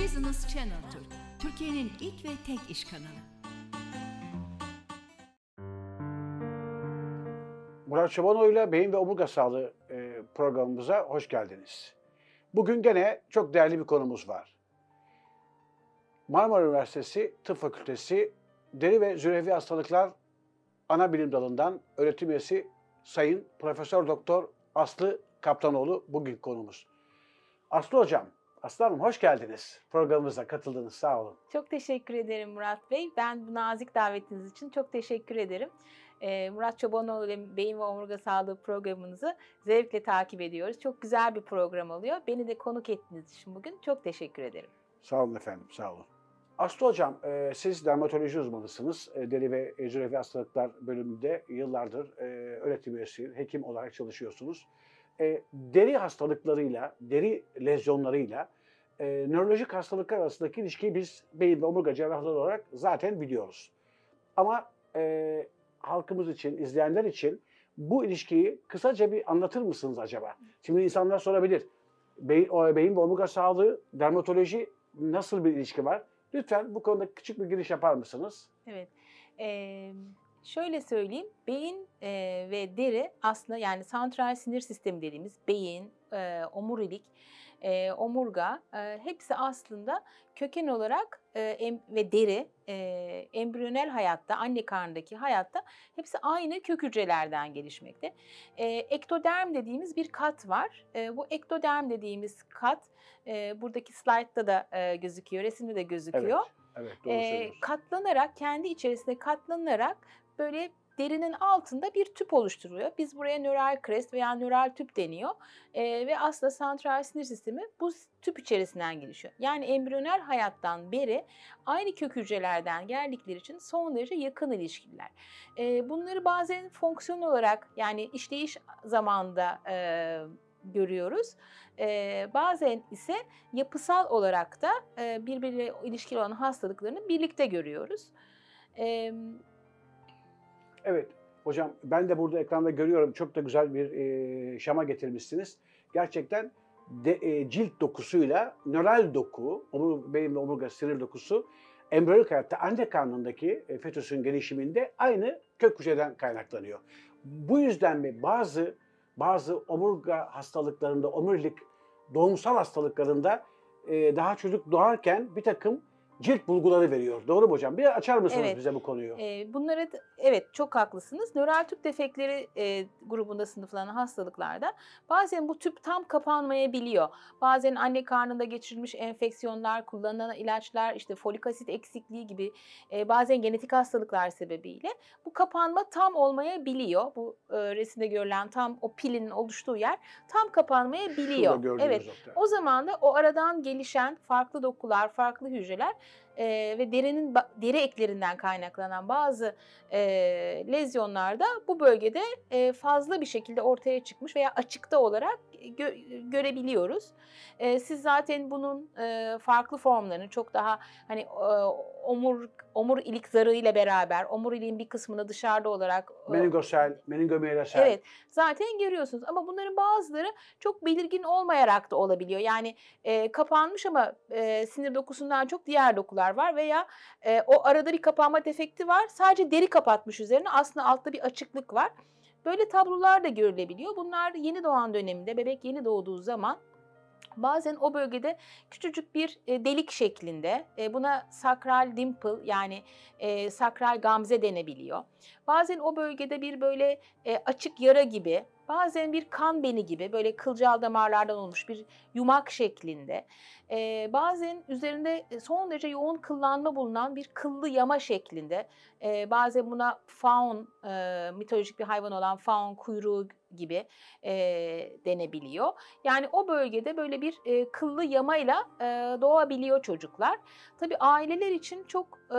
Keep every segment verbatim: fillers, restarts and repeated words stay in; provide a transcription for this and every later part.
Business Channel Türk, Türkiye'nin ilk ve tek iş kanalı. Murat Çobanoğlu ile Beyin ve Omurga Sağlığı e, programımıza hoş geldiniz. Bugün gene çok değerli bir konumuz var. Marmara Üniversitesi Tıp Fakültesi Deri ve Zürevi Hastalıklar Anabilim Dalı'ndan öğretim üyesi Sayın Profesör Doktor Aslı Kaptanoğlu bugün konumuz. Aslı Hocam, Aslı Hanım hoş geldiniz. Programımıza katıldınız, sağ olun. Çok teşekkür ederim Murat Bey. Ben bu nazik davetiniz için çok teşekkür ederim. Ee, Murat Çobanoğlu ile Beyin ve Omurga Sağlığı programınızı zevkle takip ediyoruz. Çok güzel bir program oluyor. Beni de konuk ettiğiniz için bugün çok teşekkür ederim. Sağ olun efendim, sağ olun. Aslı Hocam, e, siz dermatoloji uzmanısınız. E, deri ve zürevi hastalıklar bölümünde yıllardır e, öğretim üyesi, hekim olarak çalışıyorsunuz. E, deri hastalıklarıyla, deri lezyonlarıyla e, nörolojik hastalıklar arasındaki ilişkiyi biz beyin ve omurga cerrahları olarak zaten biliyoruz. Ama e, halkımız için, izleyenler için bu ilişkiyi kısaca bir anlatır mısınız acaba? Şimdi insanlar sorabilir. Beyin, o, beyin ve omurga sağlığı, dermatoloji nasıl bir ilişki var? Lütfen bu konuda küçük bir giriş yapar mısınız? Evet. Ee, şöyle söyleyeyim. Beyin e, ve deri aslında yani santral sinir sistemi dediğimiz beyin, e, omurilik, e, omurga e, hepsi aslında köken olarak e, em, ve deri e, embriyonel hayatta, anne karnındaki hayatta hepsi aynı kök hücrelerden gelişmekte. E, ektoderm dediğimiz bir kat var. E, bu ektoderm dediğimiz kat e, buradaki slaytta da e, gözüküyor, resimde de gözüküyor. Evet, evet doğru E, söylüyorsunuz. katlanarak, kendi içerisinde katlanarak böyle derinin altında bir tüp oluşturuyor. Biz buraya nöral crest veya nöral tüp deniyor. Ee, ve aslında santral sinir sistemi bu tüp içerisinden gelişiyor. Yani embriyonel hayattan beri aynı kök hücrelerden geldikleri için son derece yakın ilişkiler. Ee, bunları bazen fonksiyon olarak yani işleyiş zamanında e, görüyoruz. Ee, bazen ise yapısal olarak da e, birbiriyle ilişkili olan hastalıklarını birlikte görüyoruz. Ee, Evet hocam, ben de burada ekranda görüyorum, çok da güzel bir e, şema getirmişsiniz. Gerçekten de, e, cilt dokusuyla nöral doku, omur, beyin ve omurga sinir dokusu embriyonik hayatta anne karnındaki e, fetüsün gelişiminde aynı kök hücreden kaynaklanıyor. Bu yüzden mi bazı bazı omurga hastalıklarında, omurilik doğumsal hastalıklarında e, daha çocuk doğarken bir takım cilt bulguları veriyor. Doğru mu hocam? Bir açar mısınız Evet. bize bu konuyu? E, bunları evet çok haklısınız. Nöral tüp defekleri e, grubunda sınıflanan hastalıklarda bazen bu tüp tam kapanmayabiliyor. Bazen anne karnında geçirilmiş enfeksiyonlar, kullanılan ilaçlar, işte folik asit eksikliği gibi e, bazen genetik hastalıklar sebebiyle bu kapanma tam olmayabiliyor. Bu e, resimde görülen tam o pilin oluştuğu yer tam kapanmayabiliyor. Şurada gördüğünüz Evet. nokta. O zaman da o aradan gelişen farklı dokular, farklı hücreler Ee, ve derinin deri eklerinden kaynaklanan bazı e, lezyonlarda bu bölgede e, fazla bir şekilde ortaya çıkmış veya açıkta olarak gö görebiliyoruz. E, siz zaten bunun e, farklı formlarını çok daha hani e, omur omurilik zarı ile beraber omuriliğin bir kısmını dışarıda olarak Meningosel, meningomiyelesel. Evet, zaten görüyorsunuz ama bunların bazıları çok belirgin olmayarak da olabiliyor. Yani e, kapanmış ama e, sinir dokusundan çok diğer dokular var veya e, o arada bir kapanma defekti var. Sadece deri kapatmış üzerine aslında altta bir açıklık var. Böyle tablolar da görülebiliyor. Bunlar yeni doğan döneminde, bebek yeni doğduğu zaman bazen o bölgede küçücük bir e, delik şeklinde, e, buna sakral dimple yani e, sakral gamze denebiliyor. Bazen o bölgede bir böyle e, açık yara gibi, bazen bir kan beni gibi böyle kılcal damarlardan olmuş bir yumak şeklinde, e, bazen üzerinde son derece yoğun kıllanma bulunan bir kıllı yama şeklinde, e, bazen buna faun, e, mitolojik bir hayvan olan faun kuyruğu gibi e, denebiliyor. Yani o bölgede böyle bir e, kıllı yamayla e, doğabiliyor çocuklar. Tabii aileler için çok e,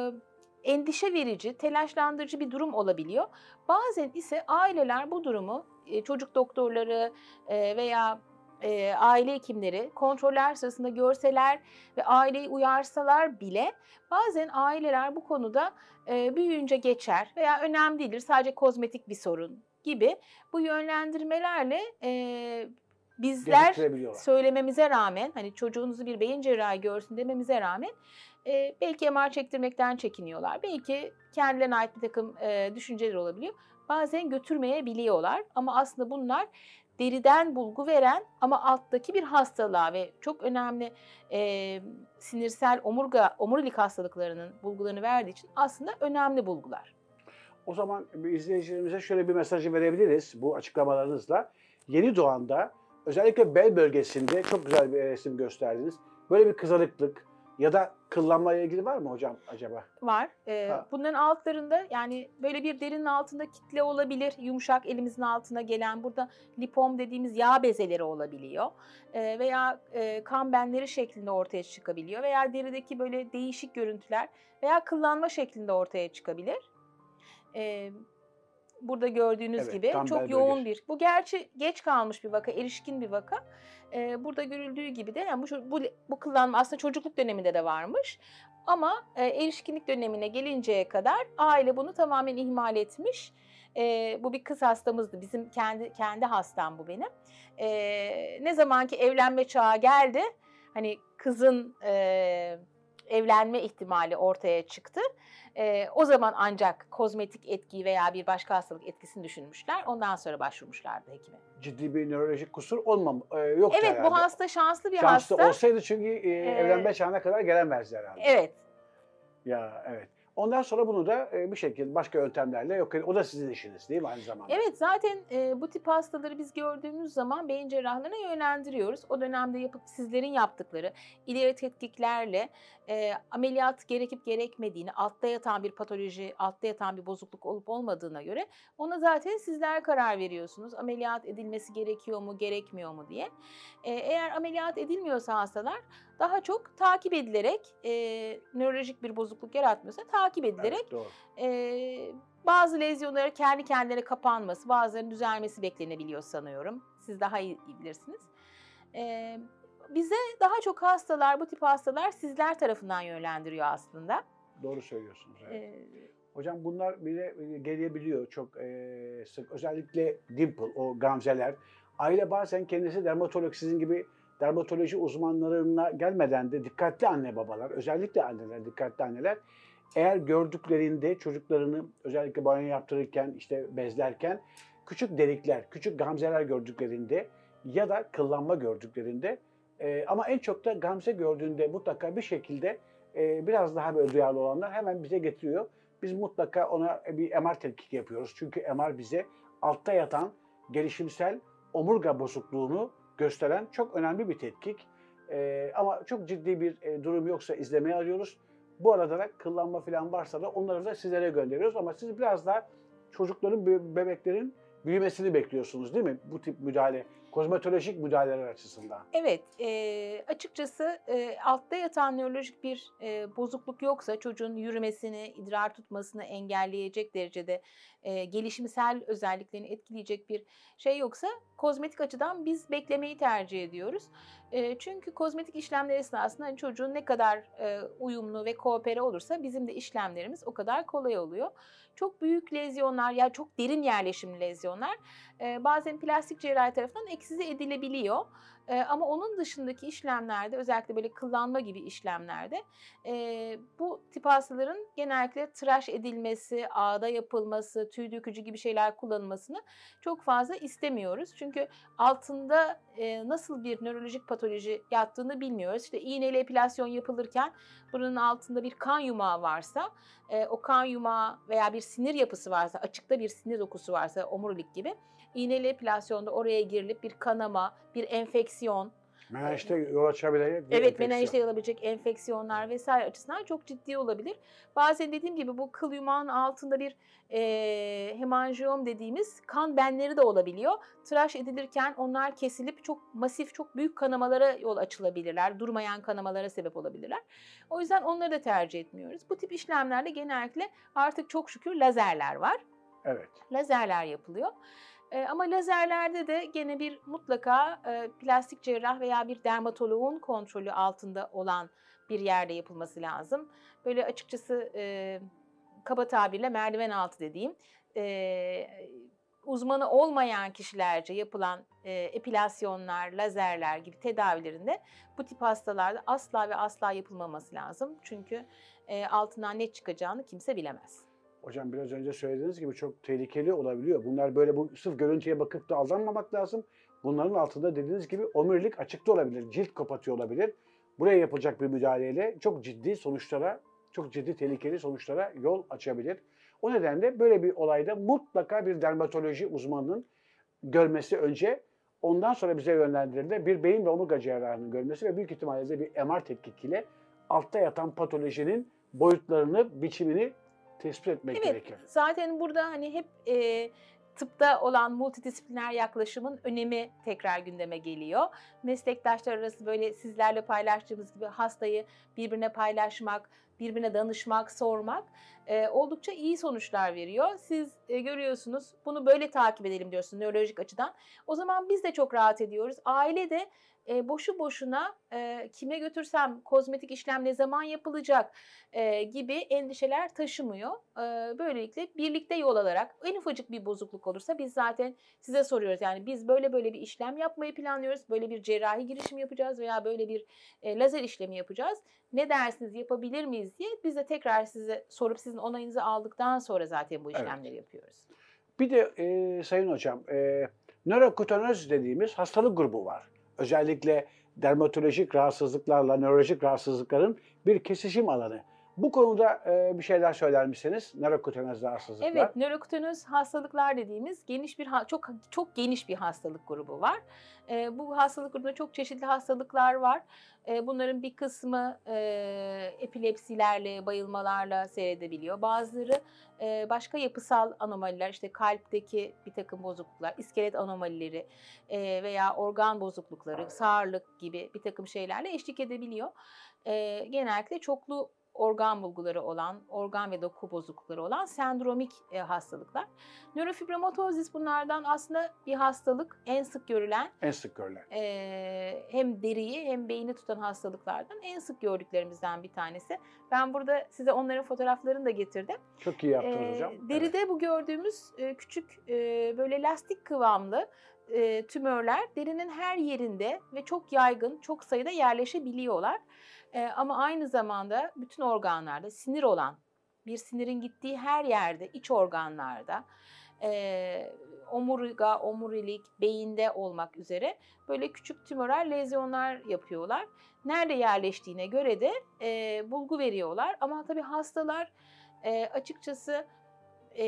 endişe verici, telaşlandırıcı bir durum olabiliyor. Bazen ise aileler bu durumu e, çocuk doktorları e, veya e, aile hekimleri kontroller sırasında görseler ve aileyi uyarsalar bile bazen aileler bu konuda e, büyüyünce geçer veya önemli değildir, sadece kozmetik bir sorun gibi bu yönlendirmelerle e, bizler Geciktirebiliyorlar. söylememize rağmen, hani çocuğunuzu bir beyin cerrahi görsün dememize rağmen e, belki M R çektirmekten çekiniyorlar. Belki kendilerine ait bir takım e, düşünceler olabiliyor. Bazen götürmeyebiliyorlar ama aslında bunlar deriden bulgu veren ama alttaki bir hastalığa ve çok önemli e, sinirsel omurga, omurilik hastalıklarının bulgularını verdiği için aslında önemli bulgular. O zaman bir izleyicilerimize şöyle bir mesajı verebiliriz bu açıklamalarınızla. Yeni doğanda özellikle bel bölgesinde çok güzel bir resim gösterdiniz. Böyle bir kızarıklık ya da kıllanma ile ilgili var mı hocam acaba? Var. Ee, Ha. bunların altlarında yani böyle bir derinin altında kitle olabilir. Yumuşak elimizin altına gelen burada lipom dediğimiz yağ bezeleri olabiliyor. Ee, veya e, kan benleri şeklinde ortaya çıkabiliyor. Veya derideki böyle değişik görüntüler veya kıllanma şeklinde ortaya çıkabilir. Ee, burada gördüğünüz Evet, gibi tam çok bel yoğun bölgesi. bir. Bu gerçi geç kalmış bir vaka, erişkin bir vaka. Ee, burada görüldüğü gibi de yani bu, bu bu kıllanma aslında çocukluk döneminde de varmış. Ama e, erişkinlik dönemine gelinceye kadar aile bunu tamamen ihmal etmiş. E, bu bir kız hastamızdı. Bizim kendi kendi hastam bu benim. E, ne zamanki evlenme çağı geldi, hani kızın e, evlenme ihtimali ortaya çıktı. E, o zaman ancak kozmetik etkiyi veya bir başka hastalık etkisini düşünmüşler. Ondan sonra başvurmuşlardı hekime. Ciddi bir nörolojik kusur olmam e, yoktu Evet, herhalde. bu hasta şanslı bir Şanslı hasta. olsaydı çünkü e, Ee, evlenme çağına kadar gelemezdi herhalde. Evet. Ya evet. Ondan sonra bunu da e, bir şekilde başka yöntemlerle yok edin. O da sizin işiniz değil mi aynı zamanda? Evet, zaten e, bu tip hastaları biz gördüğümüz zaman beyin cerrahlarına yönlendiriyoruz. O dönemde yapıp sizlerin yaptıkları ileri tetkiklerle e, ameliyat gerekip gerekmediğini, altta yatan bir patoloji, altta yatan bir bozukluk olup olmadığına göre ona zaten sizler karar veriyorsunuz. Ameliyat edilmesi gerekiyor mu, gerekmiyor mu diye. E, eğer ameliyat edilmiyorsa hastalar daha çok takip edilerek, e, nörolojik bir bozukluk yaratmıyorsa takip edilerek Evet, doğru. e, bazı lezyonların kendi kendine kapanması, bazılarının düzelmesi beklenebiliyor sanıyorum. Siz daha iyi bilirsiniz. Ee, bize daha çok hastalar, bu tip hastalar sizler tarafından yönlendiriyor aslında. Doğru söylüyorsunuz. Evet. Ee, Hocam bunlar bile gelebiliyor çok e, sık. Özellikle dimple, o gamzeler. Aile bazen kendisi dermatolog, sizin gibi dermatoloji uzmanlarına gelmeden de dikkatli anne babalar, özellikle anneler, dikkatli anneler eğer gördüklerinde çocuklarını özellikle banyo yaptırırken, işte bezlerken küçük delikler, küçük gamzeler gördüklerinde ya da kıllanma gördüklerinde e, ama en çok da gamze gördüğünde mutlaka bir şekilde e, biraz daha böyle duyarlı olanlar hemen bize getiriyor. Biz mutlaka ona bir M R tetkiki yapıyoruz. Çünkü M R bize altta yatan gelişimsel omurga bozukluğunu gösteren çok önemli bir tetkik. E, ama çok ciddi bir e, durum yoksa izlemeye arıyoruz. Bu arada da kıllanma falan varsa da onları da sizlere gönderiyoruz. Ama siz biraz daha çocukların, bebeklerin büyümesini bekliyorsunuz değil mi? Bu tip müdahale, kozmetolojik müdahaleler açısından. Evet, e, açıkçası e, altta yatan nörolojik bir e, bozukluk yoksa çocuğun yürümesini, idrar tutmasını engelleyecek derecede e, gelişimsel özelliklerini etkileyecek bir şey yoksa kozmetik açıdan biz beklemeyi tercih ediyoruz. E, çünkü kozmetik işlemler esnasında hani çocuğun ne kadar e, uyumlu ve koopere olursa bizim de işlemlerimiz o kadar kolay oluyor. Çok büyük lezyonlar ya çok derin yerleşimli lezyonlar e, bazen plastik cerrahi tarafından eksize edilebiliyor. E, ama onun dışındaki işlemlerde özellikle böyle kıllanma gibi işlemlerde e, bu tip hastaların genellikle tıraş edilmesi, ağda yapılması, tüy dökücü gibi şeyler kullanılmasını çok fazla istemiyoruz. Çünkü altında e, nasıl bir nörolojik patoloji yattığını bilmiyoruz. İşte iğneyle epilasyon yapılırken buranın altında bir kan yumağı varsa, e, o kan yumağı veya bir sinir yapısı varsa, açıkta bir sinir dokusu varsa omurilik gibi iğneyle epilasyonda oraya girilip bir kanama, bir enfeksiyon, Menenjite yol açabilecek bir evet enfeksiyon. menenjite olabilecek enfeksiyonlar vesaire açısından çok ciddi olabilir. Bazen dediğim gibi bu kıl yumağın altında bir e, hemanjiyom dediğimiz kan benleri de olabiliyor. Tıraş edilirken onlar kesilip çok masif, çok büyük kanamalara yol açılabilirler. Durmayan kanamalara sebep olabilirler. O yüzden onları da tercih etmiyoruz. Bu tip işlemlerde genellikle artık çok şükür lazerler var. Evet. Lazerler yapılıyor. E, ama lazerlerde de gene bir mutlaka e, plastik cerrah veya bir dermatoloğun kontrolü altında olan bir yerde yapılması lazım. Böyle açıkçası e, kaba tabirle merdiven altı dediğim e, uzmanı olmayan kişilerce yapılan e, epilasyonlar, lazerler gibi tedavilerinde bu tip hastalarda asla ve asla yapılmaması lazım. Çünkü e, altından ne çıkacağını kimse bilemez. Hocam biraz önce söylediğiniz gibi çok tehlikeli olabiliyor. Bunlar böyle bu sırf görüntüye bakıp da aldanmamak lazım. Bunların altında dediğiniz gibi omurilik açıkta olabilir, cilt kapatıyor olabilir. Buraya yapılacak bir müdahaleyle çok ciddi sonuçlara, çok ciddi tehlikeli sonuçlara yol açabilir. O nedenle böyle bir olayda mutlaka bir dermatoloji uzmanının görmesi önce, ondan sonra bize yönlendirildiğinde bir beyin ve omurga cerrahının görmesi ve büyük ihtimalle de bir M R tetkikiyle altta yatan patolojinin boyutlarını, biçimini tespit etmek Evet, gerekir. zaten burada hani hep e, tıpta olan multidisipliner yaklaşımın önemi tekrar gündeme geliyor. Meslektaşlar arası böyle sizlerle paylaştığımız gibi hastayı birbirine paylaşmak, birbirine danışmak, sormak e, oldukça iyi sonuçlar veriyor. Siz e, görüyorsunuz, bunu böyle takip edelim diyorsunuz nörolojik açıdan. O zaman biz de çok rahat ediyoruz. Aile de e, boşu boşuna e, kime götürsem, kozmetik işlem ne zaman yapılacak e, gibi endişeler taşımıyor. E, böylelikle birlikte yol alarak en ufacık bir bozukluk olursa biz zaten size soruyoruz. Yani biz böyle böyle bir işlem yapmayı planlıyoruz. Böyle bir cerrahi girişim yapacağız veya böyle bir e, lazer işlemi yapacağız. Ne dersiniz, yapabilir miyiz diye biz de tekrar size sorup sizin onayınızı aldıktan sonra zaten bu işlemleri Evet. yapıyoruz. Bir de e, Sayın Hocam, e, nörokutanöz dediğimiz hastalık grubu var. Özellikle dermatolojik rahatsızlıklarla nörolojik rahatsızlıkların bir kesişim alanı. Bu konuda e, bir şeyler söyler misiniz? Nörokutanöz rahatsızlıklar. Evet, nörokutanöz hastalıklar dediğimiz geniş bir çok çok geniş bir hastalık grubu var. E, bu hastalık grubunda çok çeşitli hastalıklar var. E, bunların bir kısmı e, epilepsilerle, bayılmalarla seyredebiliyor. Bazıları e, başka yapısal anomaliler, işte kalpteki bir takım bozukluklar, iskelet anomalileri e, veya organ bozuklukları, sağırlık gibi bir takım şeylerle eşlik edebiliyor. E, genellikle çoklu organ bulguları olan, organ ve doku bozuklukları olan sendromik e, hastalıklar. Nörofibromatozis bunlardan aslında bir hastalık, en sık görülen, En sık görülen. e, hem deriyi hem beyni tutan hastalıklardan en sık gördüklerimizden bir tanesi. Ben burada size onların fotoğraflarını da getirdim. Çok iyi yaptınız E, hocam. deride Evet. bu gördüğümüz e, küçük e, böyle lastik kıvamlı e, tümörler derinin her yerinde ve çok yaygın, çok sayıda yerleşebiliyorlar. Ee, ama aynı zamanda bütün organlarda sinir olan, bir sinirin gittiği her yerde, iç organlarda, e, omurga, omurilik, beyinde olmak üzere böyle küçük tümörer lezyonlar yapıyorlar. Nerede yerleştiğine göre de e, bulgu veriyorlar. Ama tabii hastalar e, açıkçası e,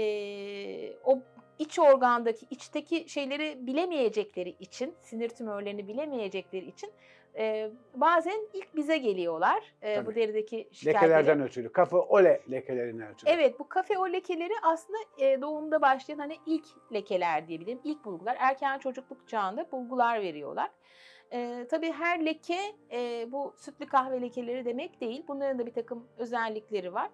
o iç organdaki, içteki şeyleri bilemeyecekleri için, sinir tümörlerini bilemeyecekleri için e, bazen ilk bize geliyorlar e, bu Tabii. derideki şikayetleri. Lekelerden ötürü, kafa ole lekelerinden ötürü. Evet, bu kafe o lekeleri aslında e, doğumda başlayan hani ilk lekeler diyebilirim, ilk bulgular. Erken çocukluk çağında bulgular veriyorlar. E, tabii her leke e, bu sütlü kahve lekeleri demek değil. Bunların da bir takım özellikleri var.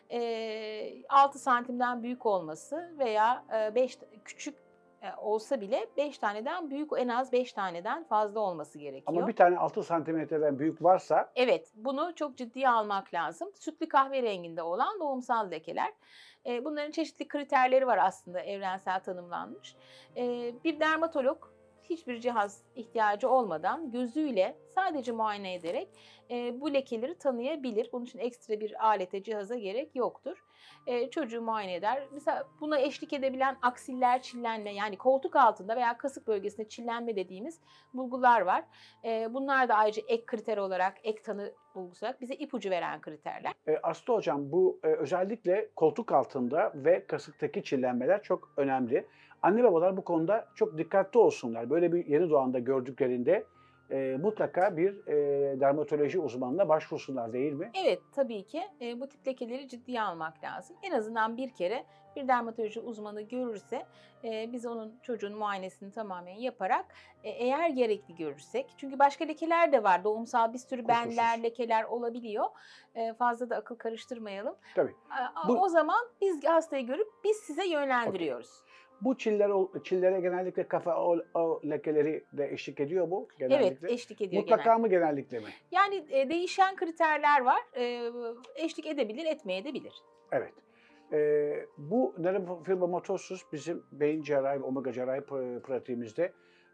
E, altı santimden büyük olması veya e, beş küçük e, olsa bile beş taneden büyük, en az beş taneden fazla olması gerekiyor. Ama bir tane altı santimetreden büyük varsa Evet, bunu çok ciddiye almak lazım. Sütlü kahverenginde olan doğumsal lekeler. E, bunların çeşitli kriterleri var aslında, evrensel tanımlanmış. E, bir dermatolog hiçbir cihaz ihtiyacı olmadan gözüyle sadece muayene ederek e, bu lekeleri tanıyabilir. Bunun için ekstra bir alete, cihaza gerek yoktur. E, çocuğu muayene eder. Mesela buna eşlik edebilen aksiller çillenme, yani koltuk altında veya kasık bölgesinde çillenme dediğimiz bulgular var. E, bunlar da ayrıca ek kriter olarak, ek tanı bulgusu olarak bize ipucu veren kriterler. E, Aslı Hocam, bu e, özellikle koltuk altında ve kasıktaki çillenmeler çok önemli. Anne babalar bu konuda çok dikkatli olsunlar. Böyle bir yeni doğanda gördüklerinde e, mutlaka bir e, dermatoloji uzmanına başvursunlar, değil mi? Evet, tabii ki e, bu tip lekeleri ciddiye almak lazım. En azından bir kere bir dermatoloji uzmanı görürse e, biz onun çocuğun muayenesini tamamen yaparak e, eğer gerekli görürsek, çünkü başka lekeler de var, doğumsal bir sürü Kuşkusuz. benler, lekeler olabiliyor. E, fazla da akıl karıştırmayalım. Tabii. A- Bu- O zaman biz hastayı görüp biz size yönlendiriyoruz. Bu çiller, çillere genellikle kafa o, o lekeleri de eşlik ediyor mu? Genellikle. Evet, eşlik ediyor Mutlaka genelde. mı, genellikle mi? Yani e, değişen kriterler var. E, eşlik edebilir, etmeyebilir. Evet. Ee, bu nörofibromatosis bizim beyin cerrahi ve omurga cerrahi pra- pratiğimizde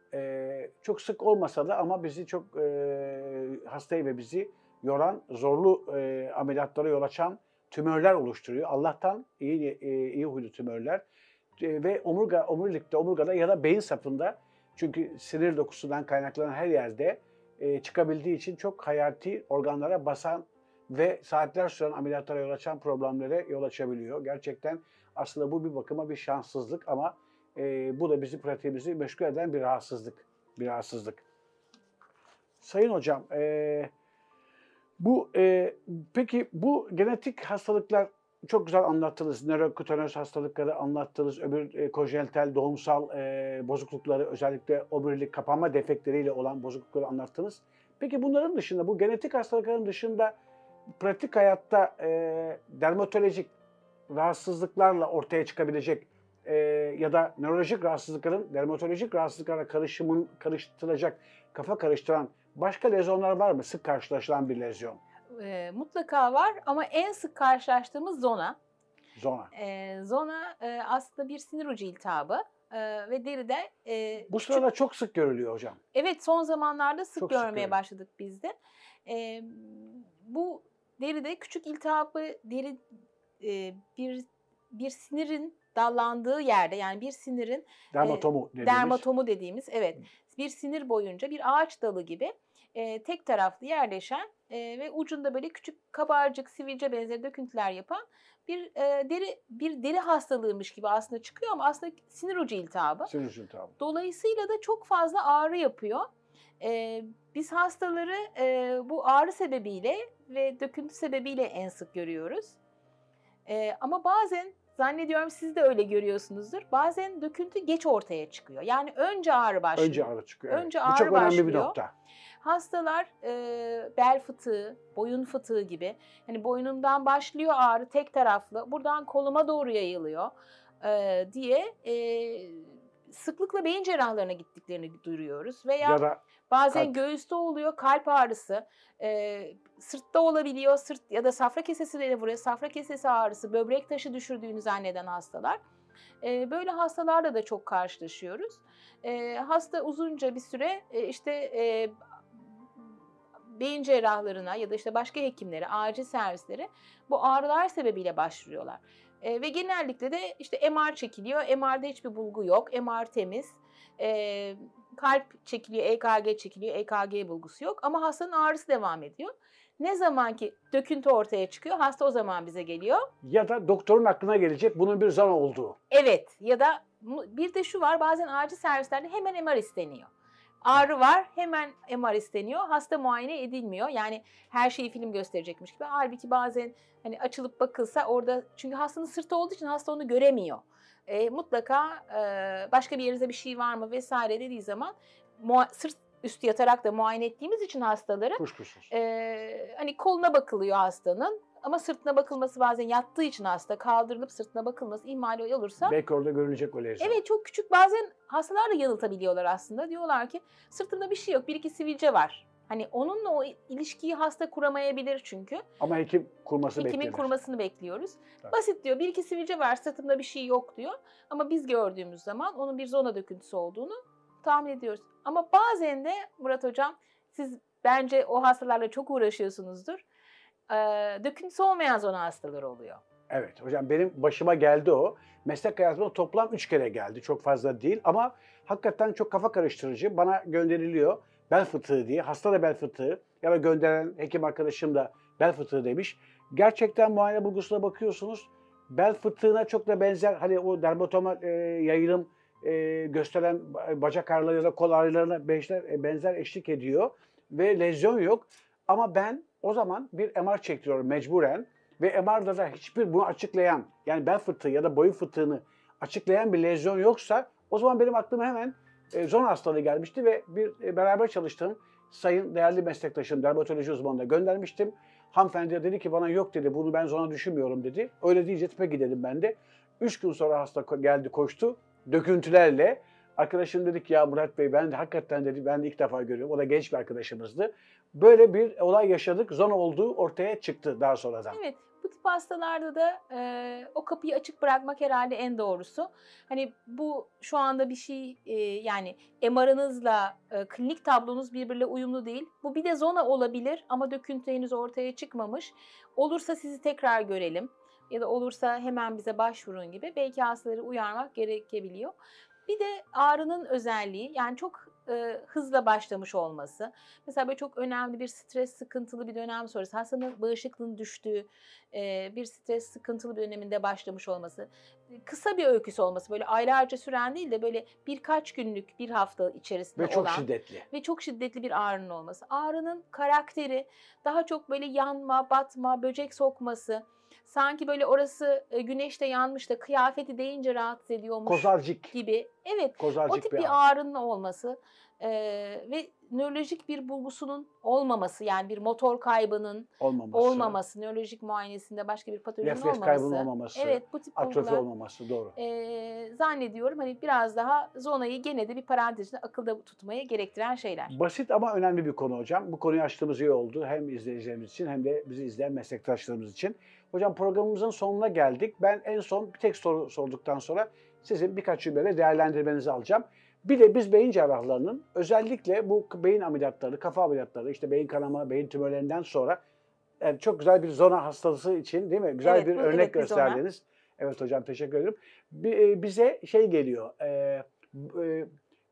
e, çok sık olmasa da ama bizi çok e, hastayı ve bizi yoran, zorlu e, ameliyatlara yol açan tümörler oluşturuyor. Allah'tan iyi e, iyi huylu tümörler. E, ve omurga, omurilikte, omurgada ya da beyin sapında, çünkü sinir dokusundan kaynaklanan her yerde e, çıkabildiği için çok hayati organlara basan ve saatler süren ameliyatlara yol açan problemlere yol açabiliyor. Gerçekten aslında bu bir bakıma bir şanssızlık ama e, bu da bizi pratiğimizi meşgul eden bir rahatsızlık. Bir rahatsızlık. Sayın hocam, e, bu e, peki bu genetik hastalıklar çok güzel anlattınız. Nörokutaneöz hastalıkları anlattınız. Öbür e, konjenital doğumsal e, bozuklukları, özellikle omurilik kapanma defektleriyle olan bozuklukları anlattınız. Peki bunların dışında, bu genetik hastalıkların dışında pratik hayatta e, dermatolojik rahatsızlıklarla ortaya çıkabilecek e, ya da nörolojik rahatsızlıkların dermatolojik rahatsızlıklarla karışımın karıştırılacak, kafa karıştıran başka lezyonlar var mı? Sık karşılaşılan bir lezyon. E, mutlaka var ama en sık karşılaştığımız zona. Zona. E, zona e, aslında bir sinir ucu iltihabı e, ve deride e, Bu küçük- sırada çok sık görülüyor hocam. Evet, son zamanlarda sık Çok sık görmeye görüyorum. başladık biz de. E, bu deride küçük iltihabı deri e, bir bir sinirin dallandığı yerde, yani bir sinirin Dermatomu dediğimiz. dermatomu dediğimiz, evet, bir sinir boyunca bir ağaç dalı gibi e, tek taraflı yerleşen e, ve ucunda böyle küçük kabarcık, sivilce benzeri döküntüler yapan bir e, deri bir deri hastalığıymış gibi aslında çıkıyor ama aslında sinir ucu iltihabı. Sinir ucu iltihabı. Dolayısıyla da çok fazla ağrı yapıyor. Ee, biz hastaları e, bu ağrı sebebiyle ve döküntü sebebiyle en sık görüyoruz. Ee, ama bazen, zannediyorum siz de öyle görüyorsunuzdur, bazen döküntü geç ortaya çıkıyor. Yani önce ağrı başlıyor. Önce ağrı çıkıyor. Evet. Önce Bu ağrı çok önemli bir başlıyor. nokta. Hastalar e, bel fıtığı, boyun fıtığı gibi, hani boynumdan başlıyor ağrı tek taraflı, buradan koluma doğru yayılıyor e, diye e, sıklıkla beyin cerrahlarına gittiklerini duyuruyoruz. Veya Ya da bazen kalp. göğüste oluyor, kalp ağrısı, e, sırtta olabiliyor, sırt ya da safra kesesiyle vuruyor, safra kesesi ağrısı, böbrek taşı düşürdüğünü zanneden hastalar. E, böyle hastalarla da çok karşılaşıyoruz. E, hasta uzunca bir süre e, işte e, beyin cerrahlarına ya da işte başka hekimlere, acil servislere bu ağrılar sebebiyle başvuruyorlar. E, ve genellikle de işte M R çekiliyor, M R'de hiçbir bulgu yok, M R temiz. E, kalp çekiliyor, E K G çekiliyor, E K G bulgusu yok ama hastanın ağrısı devam ediyor. Ne zaman ki döküntü ortaya çıkıyor, hasta o zaman bize geliyor. Ya da doktorun aklına gelecek bunun bir zan olduğu. Evet, ya da bir de şu var, bazen acil servislerde hemen M R isteniyor. Ağrı var, hemen M R isteniyor. Hasta muayene edilmiyor. Yani her şeyi film gösterecekmiş gibi. Halbuki bazen hani açılıp bakılsa orada, çünkü hastanın sırtı olduğu için hasta onu göremiyor. E, mutlaka e, başka bir yerinizde bir şey var mı vesaire dediği zaman mua- sırt üstü yatarak da muayene ettiğimiz için hastaları Kuşkusuz. e, hani koluna bakılıyor hastanın. Ama sırtına bakılması, bazen yattığı için hasta kaldırılıp sırtına bakılması ihmali olursa. Belki orada görülecek o lezyon. Evet, çok küçük, bazen hastalar da yanıltabiliyorlar aslında. Diyorlar ki sırtımda bir şey yok, bir iki sivilce var. Hani onunla o ilişkiyi hasta kuramayabilir çünkü. Ama hekim kurması Hekimin beklenir. kurmasını bekliyoruz. Evet. Basit diyor, bir iki sivilce var, sırtımda bir şey yok diyor. Ama biz gördüğümüz zaman onun bir zona döküntüsü olduğunu tahmin ediyoruz. Ama bazen de Murat Hocam, siz bence o hastalarla çok uğraşıyorsunuzdur. Ee, döküntüsü olmayan zona hastaları oluyor. Evet hocam, benim başıma geldi o. Meslek hayatımda toplam üç kere geldi. Çok fazla değil ama hakikaten çok kafa karıştırıcı. Bana gönderiliyor bel fıtığı diye. Hasta da bel fıtığı ya da gönderen hekim arkadaşım da bel fıtığı demiş. Gerçekten muayene bulgusuna bakıyorsunuz. Bel fıtığına çok da benzer, hani o dermatoma e, yayılım e, gösteren bacak ağrıları ya da kol ağrılarına benzer, e, benzer eşlik ediyor. Ve lezyon yok. Ama ben o zaman bir M R çektiriyorum mecburen. Ve M R'da da hiçbir bunu açıklayan, yani bel fıtığı ya da boyun fıtığını açıklayan bir lezyon yoksa, o zaman benim aklıma hemen e, zona hastalığı gelmişti ve bir e, beraber çalıştığım sayın değerli meslektaşım, dermatoloji uzmanına göndermiştim. Hanımefendi de dedi ki bana, yok dedi, bunu ben zona düşünmüyorum dedi. Öyle deyince tipe gidelim ben de. Üç gün sonra hasta geldi, koştu döküntülerle. Arkadaşım dedik ya Murat Bey ben de hakikaten dedi ben de ilk defa görüyorum. O da genç bir arkadaşımızdı. Böyle bir olay yaşadık. Zona olduğu ortaya çıktı daha sonradan. Evet, bu tip hastalarda da e, o kapıyı açık bırakmak herhalde en doğrusu. Hani bu şu anda bir şey e, yani M R'ınızla e, klinik tablonuz birbiriyle uyumlu değil. Bu bir de zona olabilir ama döküntü henüz ortaya çıkmamış. Olursa sizi tekrar görelim ya da olursa hemen bize başvurun gibi belki hastaları uyarmak gerekebiliyor. Bir de ağrının özelliği yani çok e, hızla başlamış olması. Mesela böyle çok önemli bir stres sıkıntılı bir dönem sonrası hastanın bağışıklığının düştüğü e, bir stres sıkıntılı bir döneminde başlamış olması. Kısa bir öyküsü olması böyle aylarca süren değil de böyle birkaç günlük bir hafta içerisinde Ve çok olan şiddetli. ve çok şiddetli bir ağrının olması. Ağrının karakteri daha çok böyle yanma, batma, böcek sokması. Sanki böyle orası e, güneşte yanmış da kıyafeti değince rahatsız ediyormuş Kozalcik. gibi. Evet, Kozalcik o tip bir bir ağrı. ağrının olması e, ve nörolojik bir bulgusunun olmaması yani bir motor kaybının Olmaması. olmaması, nörolojik muayenesinde başka bir patolojinin Refleks olmaması. kaybının olmaması. Evet, bu tip Atrofi bulgular olmaması doğru. e, zannediyorum hani biraz daha zonayı gene de bir parantezinde akılda tutmaya gerektiren şeyler. Basit ama önemli bir konu hocam. Bu konuyu açtığımız iyi oldu. Hem izleyicilerimiz için hem de bizi izleyen meslektaşlarımız için. Hocam programımızın sonuna geldik. Ben en son bir tek soru sorduktan sonra sizin birkaç cümleyle değerlendirmenizi alacağım. Bir de biz beyin cerrahlarının özellikle bu beyin ameliyatları, kafa ameliyatları, işte beyin kanama, beyin tümörlerinden sonra yani çok güzel bir zona hastası için değil mi? Güzel Evet, bir bu- örnek evet, bir zona. gösterdiniz. Evet hocam teşekkür ederim. Bi- Bize şey geliyor. E, e,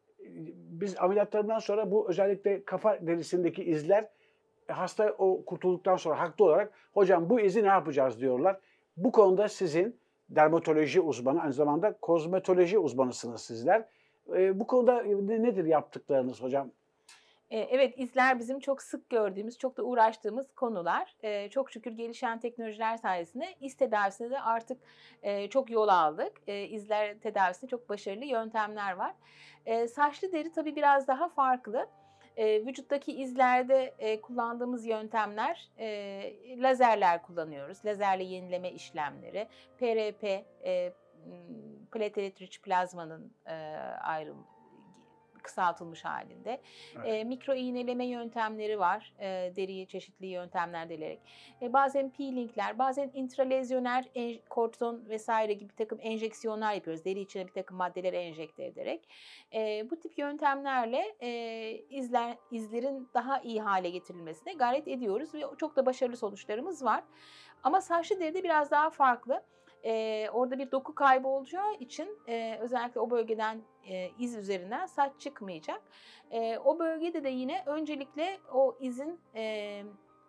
biz ameliyatlarından sonra bu özellikle kafa derisindeki izler hasta o kurtulduktan sonra haklı olarak hocam bu izi ne yapacağız diyorlar. Bu konuda sizin dermatoloji uzmanı aynı zamanda kozmetoloji uzmanısınız sizler. E, bu konuda nedir yaptıklarınız hocam? E, Evet, izler bizim çok sık gördüğümüz, çok da uğraştığımız konular. E, Çok şükür gelişen teknolojiler sayesinde iz tedavisinde de artık e, çok yol aldık. E, İzler tedavisinde çok başarılı yöntemler var. E, Saçlı deri tabii biraz daha farklı. E, Vücuttaki izlerde e, kullandığımız yöntemler, e, lazerler kullanıyoruz. Lazerle yenileme işlemleri, P R P, e, m, platelet rich plazmanın e, ayrım kısaltılmış halinde. Evet. E, mikro iğneleme yöntemleri var. E, deriyi çeşitli yöntemler delerek. E, bazen peelingler, bazen intralezyoner en, kortizon vesaire gibi bir takım enjeksiyonlar yapıyoruz. Deri içine bir takım maddeler enjekte ederek. E, bu tip yöntemlerle e, izler izlerin daha iyi hale getirilmesine gayret ediyoruz ve çok da başarılı sonuçlarımız var. Ama saçlı deride biraz daha farklı. Ee, orada bir doku kaybı olacağı için e, özellikle o bölgeden e, iz üzerinden saç çıkmayacak. E, o bölgede de yine öncelikle o izin e,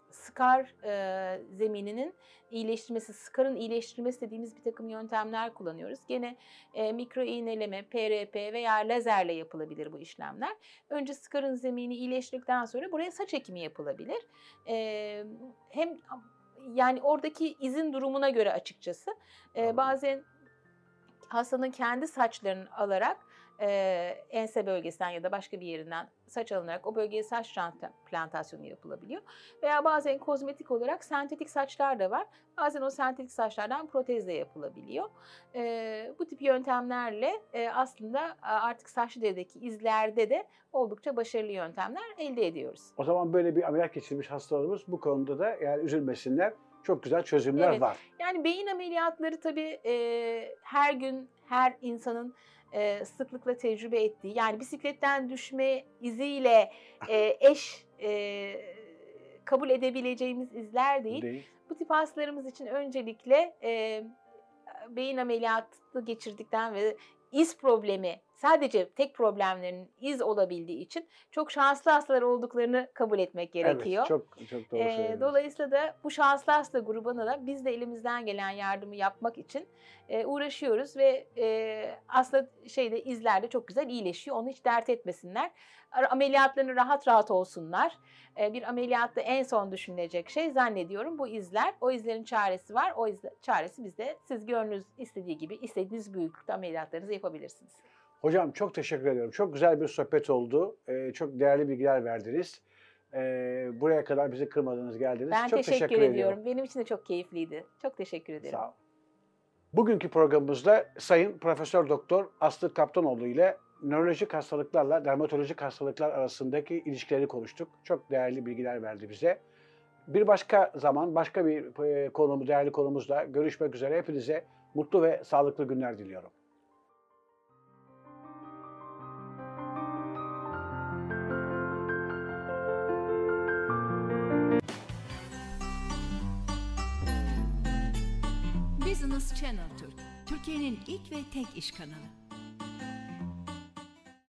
skar e, zemininin iyileştirmesi, skarın iyileştirmesi dediğimiz bir takım yöntemler kullanıyoruz. Gene e, mikro iğneleme, P R P veya lazerle yapılabilir bu işlemler. Önce skarın zemini iyileştirdikten sonra buraya saç ekimi yapılabilir. E, hem yani oradaki izin durumuna göre açıkçası e, bazen hastanın kendi saçlarını alarak e, ense bölgesinden ya da başka bir yerinden saç alınarak o bölgeye saç plantasyonu yapılabiliyor. Veya bazen kozmetik olarak sentetik saçlar da var. Bazen o sentetik saçlardan protez de yapılabiliyor. E, bu tip yöntemlerle e, aslında artık saçlı derideki izlerde de oldukça başarılı yöntemler elde ediyoruz. O zaman böyle bir ameliyat geçirmiş hastalarımız bu konuda da yani üzülmesinler. Çok güzel çözümler Evet. var. Yani beyin ameliyatları tabii e, her gün her insanın e, sıklıkla tecrübe ettiği, yani bisikletten düşme iziyle e, eş e, kabul edebileceğimiz izler değil. Değil. Bu tip hastalarımız için öncelikle e, beyin ameliyatı geçirdikten ve iz problemi, sadece tek problemlerinin iz olabildiği için çok şanslı hastalar olduklarını kabul etmek gerekiyor. Evet, çok çok doğru Ee, söylüyorsunuz. dolayısıyla da bu şanslı hasta grubuna da biz de elimizden gelen yardımı yapmak için e, uğraşıyoruz ve e, aslında şeyde izler de çok güzel iyileşiyor. Onu hiç dert etmesinler. Ameliyatlarını rahat rahat olsunlar. E, bir ameliyatta en son düşünülecek şey zannediyorum bu izler. O izlerin çaresi var. O izle, çaresi bizde. Siz gönlünüz istediği gibi istediğiniz büyüklükte ameliyatlarınızı yapabilirsiniz. Hocam çok teşekkür ediyorum. Çok güzel bir sohbet oldu. Ee, çok değerli bilgiler verdiniz. Ee, buraya kadar bizi kırmadınız, geldiniz. Ben çok teşekkür, teşekkür ediyorum. ediyorum. Benim için de çok keyifliydi. Çok teşekkür ederim. Sağ olun. Bugünkü programımızda Sayın Profesör Doktor Aslı Kaptanoğlu ile nörolojik hastalıklarla dermatolojik hastalıklar arasındaki ilişkileri konuştuk. Çok değerli bilgiler verdi bize. Bir başka zaman, başka bir e, konumu, değerli konumuzla görüşmek üzere. Hepinize mutlu ve sağlıklı günler diliyorum. Business Channel Türk, Türkiye'nin ilk ve tek iş kanalı.